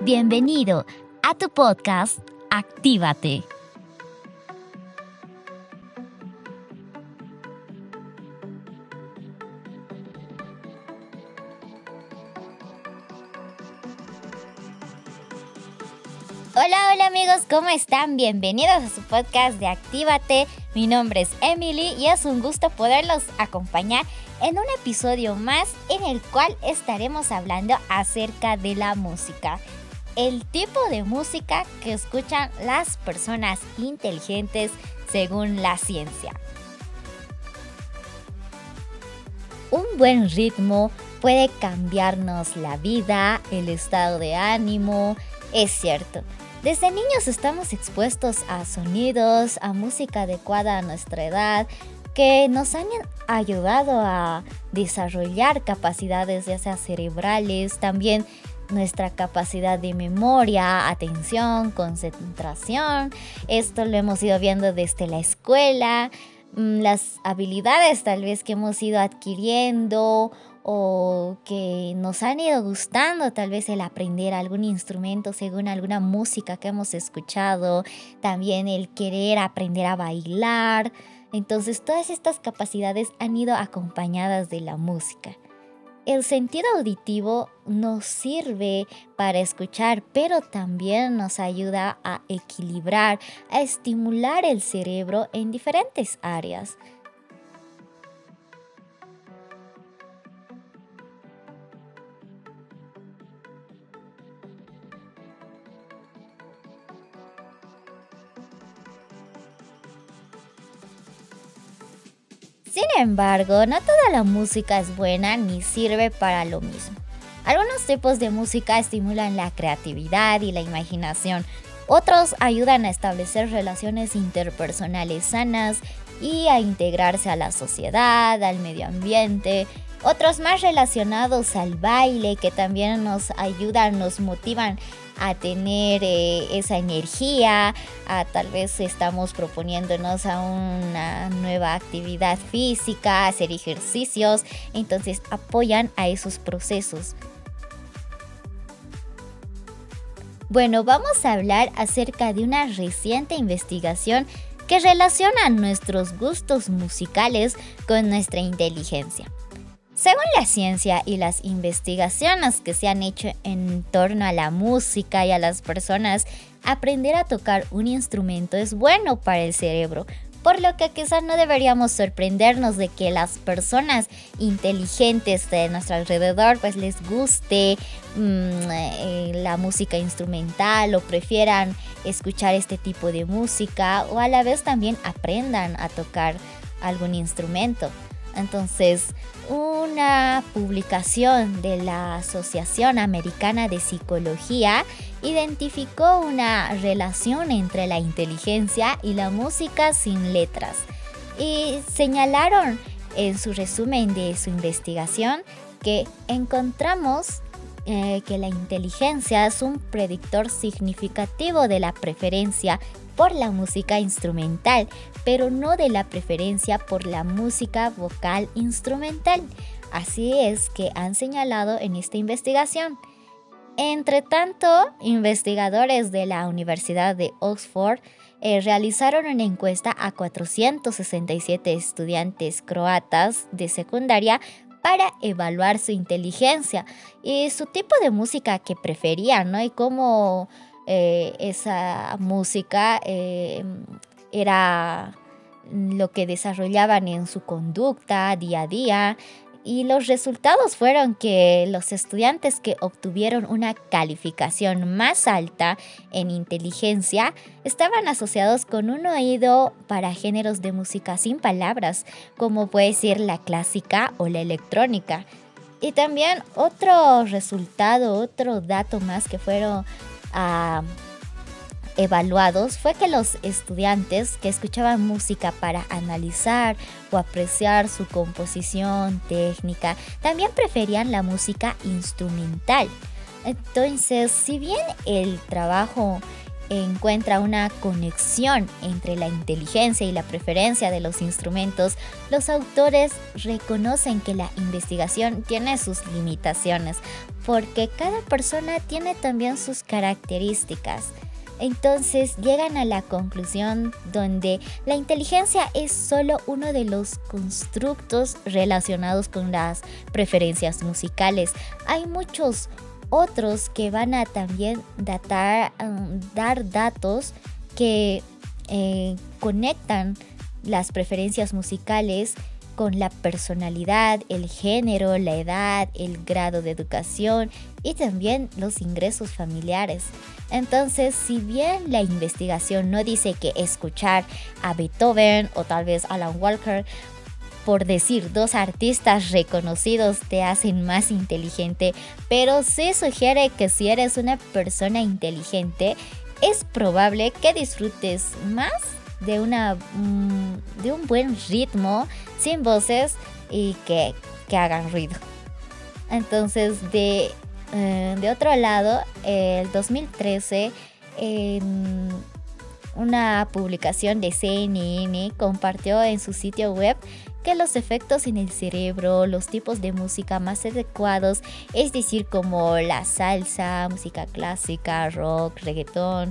Bienvenido a tu podcast Actívate. Hola amigos, ¿cómo están? Bienvenidos a su podcast de Actívate. Mi nombre es Emily y es un gusto poderlos acompañar en un episodio más en el cual estaremos hablando acerca de la música. El tipo de música que escuchan las personas inteligentes según la ciencia. Un buen ritmo puede cambiarnos la vida, el estado de ánimo, es cierto. Desde niños estamos expuestos a sonidos, a música adecuada a nuestra edad, que nos han ayudado a desarrollar capacidades ya sea cerebrales, también nuestra capacidad de memoria, atención, concentración. Esto lo hemos ido viendo desde la escuela, las habilidades tal vez que hemos ido adquiriendo o que nos han ido gustando, tal vez el aprender algún instrumento según alguna música que hemos escuchado, también el querer aprender a bailar. Entonces todas estas capacidades han ido acompañadas de la música. El sentido auditivo nos sirve para escuchar, pero también nos ayuda a equilibrar, a estimular el cerebro en diferentes áreas. Sin embargo, no toda la música es buena ni sirve para lo mismo. Algunos tipos de música estimulan la creatividad y la imaginación. Otros ayudan a establecer relaciones interpersonales sanas y a integrarse a la sociedad, al medio ambiente. Otros más relacionados al baile que también nos ayudan, nos motivan a tener esa energía, tal vez estamos proponiéndonos a una nueva actividad física, hacer ejercicios, entonces apoyan a esos procesos. Bueno, vamos a hablar acerca de una reciente investigación que relaciona nuestros gustos musicales con nuestra inteligencia. Según la ciencia y las investigaciones que se han hecho en torno a la música y a las personas, aprender a tocar un instrumento es bueno para el cerebro, por lo que quizás no deberíamos sorprendernos de que las personas inteligentes de nuestro alrededor pues les guste la música instrumental o prefieran escuchar este tipo de música o a la vez también aprendan a tocar algún instrumento. Entonces, una publicación de la Asociación Americana de Psicología identificó una relación entre la inteligencia y la música sin letras y señalaron en su resumen de su investigación que encontramos que la inteligencia es un predictor significativo de la preferencia por la música instrumental, pero no de la preferencia por la música vocal instrumental. Así es que han señalado en esta investigación. Entre tanto, investigadores de la Universidad de Oxford realizaron una encuesta a 467 estudiantes croatas de secundaria para evaluar su inteligencia y su tipo de música que preferían, ¿no? Y cómo esa música era lo que desarrollaban en su conducta día a día. Y los resultados fueron que los estudiantes que obtuvieron una calificación más alta en inteligencia estaban asociados con un oído para géneros de música sin palabras, como puede ser la clásica o la electrónica. Y también otro resultado, otro dato más que fueron evaluados fue que los estudiantes que escuchaban música para analizar o apreciar su composición técnica también preferían la música instrumental. Entonces, si bien el trabajo encuentra una conexión entre la inteligencia y la preferencia de los instrumentos, los autores reconocen que la investigación tiene sus limitaciones, porque cada persona tiene también sus características. Entonces llegan a la conclusión donde la inteligencia es solo uno de los constructos relacionados con las preferencias musicales. Hay muchos otros que van a también dar datos que conectan las preferencias musicales con la personalidad, el género, la edad, el grado de educación y también los ingresos familiares. Entonces, si bien la investigación no dice que escuchar a Beethoven o tal vez Alan Walker, por decir dos artistas reconocidos, te hacen más inteligente, pero sí sugiere que si eres una persona inteligente, es probable que disfrutes más de un buen ritmo, sin voces y que hagan ruido. Entonces, de otro lado, el 2013, en una publicación de CNN compartió en su sitio web que los efectos en el cerebro, los tipos de música más adecuados, es decir, como la salsa, música clásica, rock, reggaetón,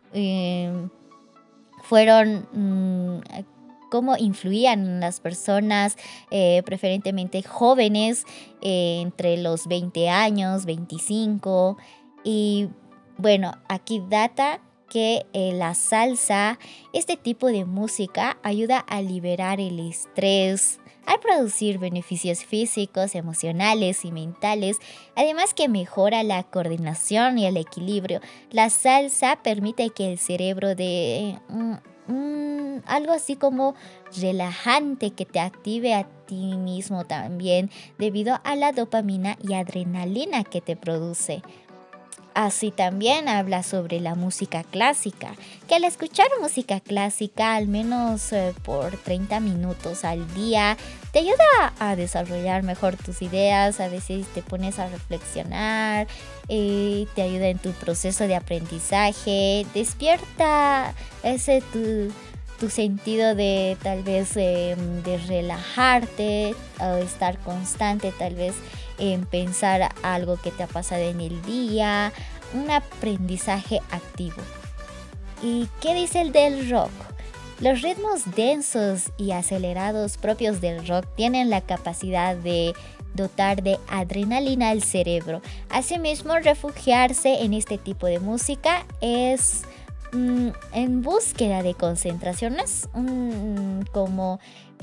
fueron cómo influían en las personas, preferentemente jóvenes, entre los 20 años, 25. Y bueno, aquí data que la salsa, este tipo de música, ayuda a liberar el estrés, al producir beneficios físicos, emocionales y mentales, además que mejora la coordinación y el equilibrio. La salsa permite que el cerebro dé algo así como relajante que te active a ti mismo también, debido a la dopamina y adrenalina que te produce. Así también habla sobre la música clásica, que al escuchar música clásica al menos por 30 minutos al día te ayuda a desarrollar mejor tus ideas, a veces te pones a reflexionar, te ayuda en tu proceso de aprendizaje, despierta ese tu sentido de tal vez de relajarte o estar constante tal vez en pensar algo que te ha pasado en el día, un aprendizaje activo. ¿Y qué dice el del rock? Los ritmos densos y acelerados propios del rock tienen la capacidad de dotar de adrenalina al cerebro. Asimismo, refugiarse en este tipo de música es en búsqueda de concentraciones, como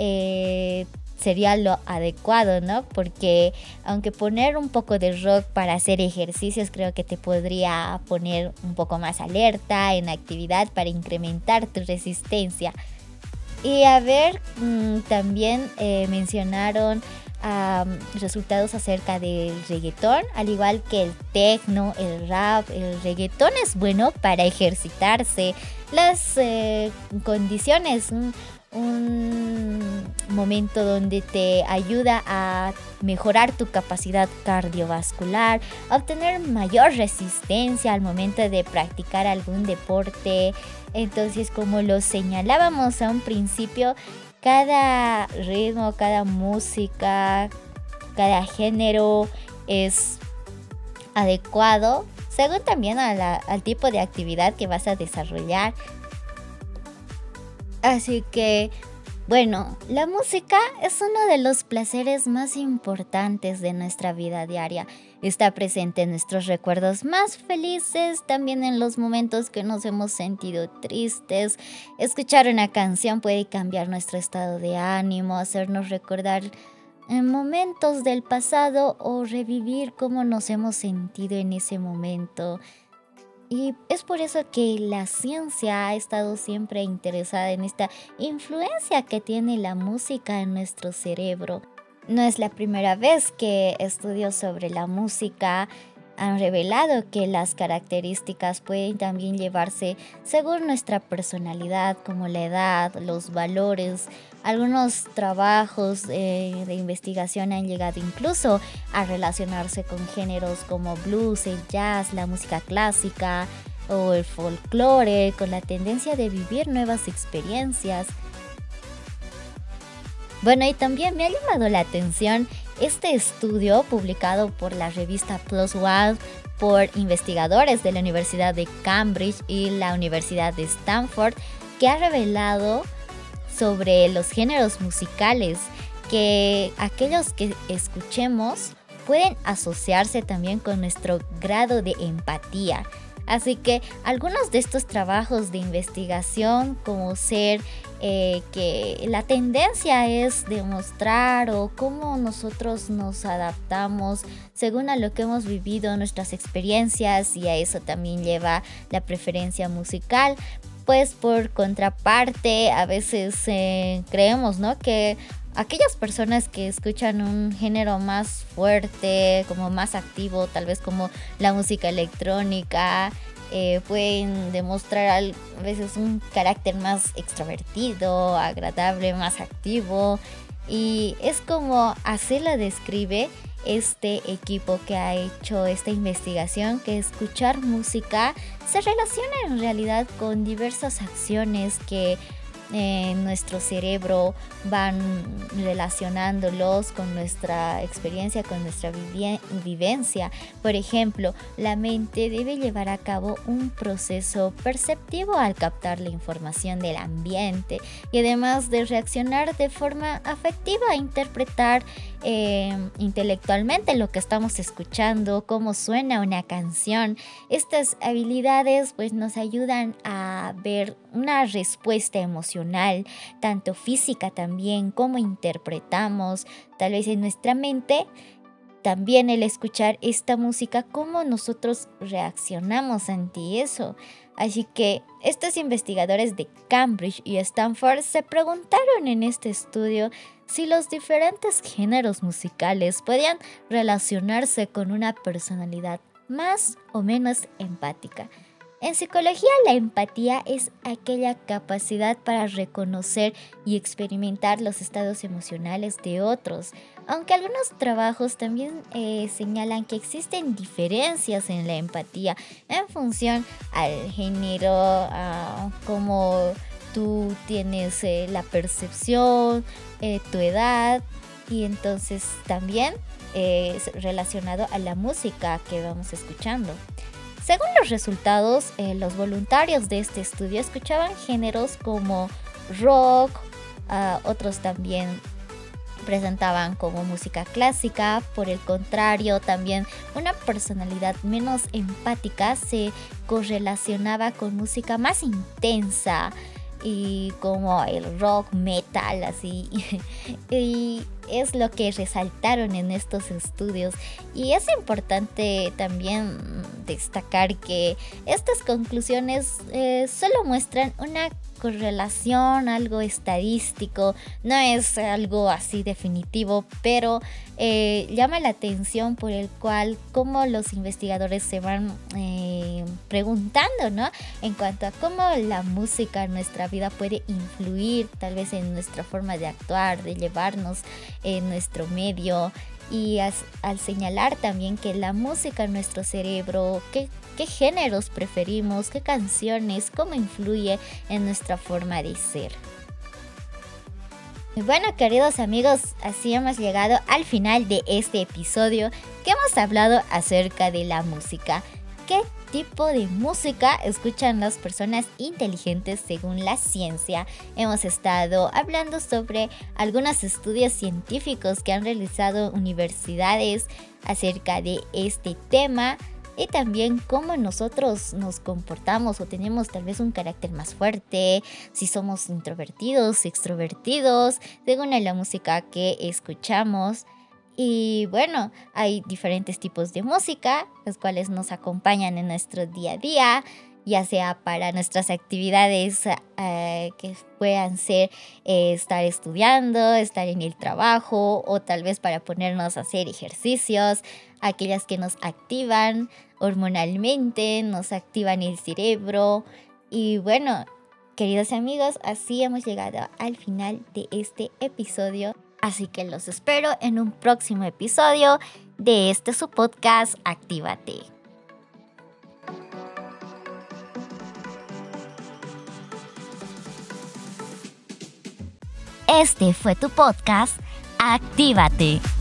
sería lo adecuado, ¿no? Porque aunque poner un poco de rock para hacer ejercicios creo que te podría poner un poco más alerta, en actividad para incrementar tu resistencia. Y a ver, también mencionaron resultados acerca del reggaetón, al igual que el techno, el rap. El reggaetón es bueno para ejercitarse. Las condiciones, un momento donde te ayuda a mejorar tu capacidad cardiovascular, a obtener mayor resistencia al momento de practicar algún deporte. Entonces, como lo señalábamos a un principio, cada ritmo, cada música, cada género es adecuado según también al tipo de actividad que vas a desarrollar. Así que, bueno, la música es uno de los placeres más importantes de nuestra vida diaria. Está presente en nuestros recuerdos más felices, también en los momentos que nos hemos sentido tristes. Escuchar una canción puede cambiar nuestro estado de ánimo, hacernos recordar momentos del pasado o revivir cómo nos hemos sentido en ese momento. Y es por eso que la ciencia ha estado siempre interesada en esta influencia que tiene la música en nuestro cerebro. No es la primera vez que estudios sobre la música han revelado que las características pueden también llevarse según nuestra personalidad, como la edad, los valores. Algunos trabajos de investigación han llegado incluso a relacionarse con géneros como blues, el jazz, la música clásica, o el folclore, con la tendencia de vivir nuevas experiencias. Bueno, y también me ha llamado la atención este estudio publicado por la revista PLOS ONE por investigadores de la Universidad de Cambridge y la Universidad de Stanford, que ha revelado sobre los géneros musicales que aquellos que escuchemos pueden asociarse también con nuestro grado de empatía. Así que algunos de estos trabajos de investigación, como ser que la tendencia es demostrar o cómo nosotros nos adaptamos según a lo que hemos vivido, nuestras experiencias, y a eso también lleva la preferencia musical. Pues por contraparte, a veces creemos, ¿no?, que aquellas personas que escuchan un género más fuerte, como más activo, tal vez como la música electrónica, pueden demostrar a veces un carácter más extrovertido, agradable, más activo. Y es como así lo describe este equipo que ha hecho esta investigación, que escuchar música se relaciona en realidad con diversas acciones que nuestro cerebro van relacionándolos con nuestra experiencia, con nuestra vivencia. Por ejemplo, la mente debe llevar a cabo un proceso perceptivo al captar la información del ambiente y además de reaccionar de forma afectiva, interpretar intelectualmente lo que estamos escuchando, cómo suena una canción. Estas habilidades pues nos ayudan a ver una respuesta emocional, tanto física también, como interpretamos, tal vez en nuestra mente. También el escuchar esta música, cómo nosotros reaccionamos ante eso. Así que estos investigadores de Cambridge y Stanford se preguntaron en este estudio si los diferentes géneros musicales podían relacionarse con una personalidad más o menos empática. En psicología, la empatía es aquella capacidad para reconocer y experimentar los estados emocionales de otros, aunque algunos trabajos también señalan que existen diferencias en la empatía en función al género, como tú tienes la percepción, tu edad, y entonces también es relacionado a la música que vamos escuchando. Según los resultados, los voluntarios de este estudio escuchaban géneros como rock, otros también presentaban como música clásica. Por el contrario, también una personalidad menos empática se correlacionaba con música más intensa y como el rock metal, así. Y es lo que resaltaron en estos estudios. Y es importante también destacar que estas conclusiones solo muestran una correlación, algo estadístico, no es algo así definitivo, pero llama la atención por el cual cómo los investigadores se van preguntando, ¿no?, en cuanto a cómo la música en nuestra vida puede influir tal vez en nuestra forma de actuar, de llevarnos en nuestro medio. Y al señalar también que la música en nuestro cerebro, qué géneros preferimos, qué canciones, cómo influye en nuestra forma de ser. Y bueno, queridos amigos, así hemos llegado al final de este episodio que hemos hablado acerca de la música. ¿Qué tipo de música escuchan las personas inteligentes según la ciencia? Hemos estado hablando sobre algunos estudios científicos que han realizado universidades acerca de este tema y también cómo nosotros nos comportamos o tenemos tal vez un carácter más fuerte, si somos introvertidos, extrovertidos, según la música que escuchamos. Y bueno, hay diferentes tipos de música, los cuales nos acompañan en nuestro día a día, ya sea para nuestras actividades que puedan ser estar estudiando, estar en el trabajo, o tal vez para ponernos a hacer ejercicios, aquellas que nos activan hormonalmente, nos activan el cerebro. Y bueno, queridos amigos, así hemos llegado al final de este episodio. Así que los espero en un próximo episodio de su podcast Actívate. Este fue tu podcast, Actívate.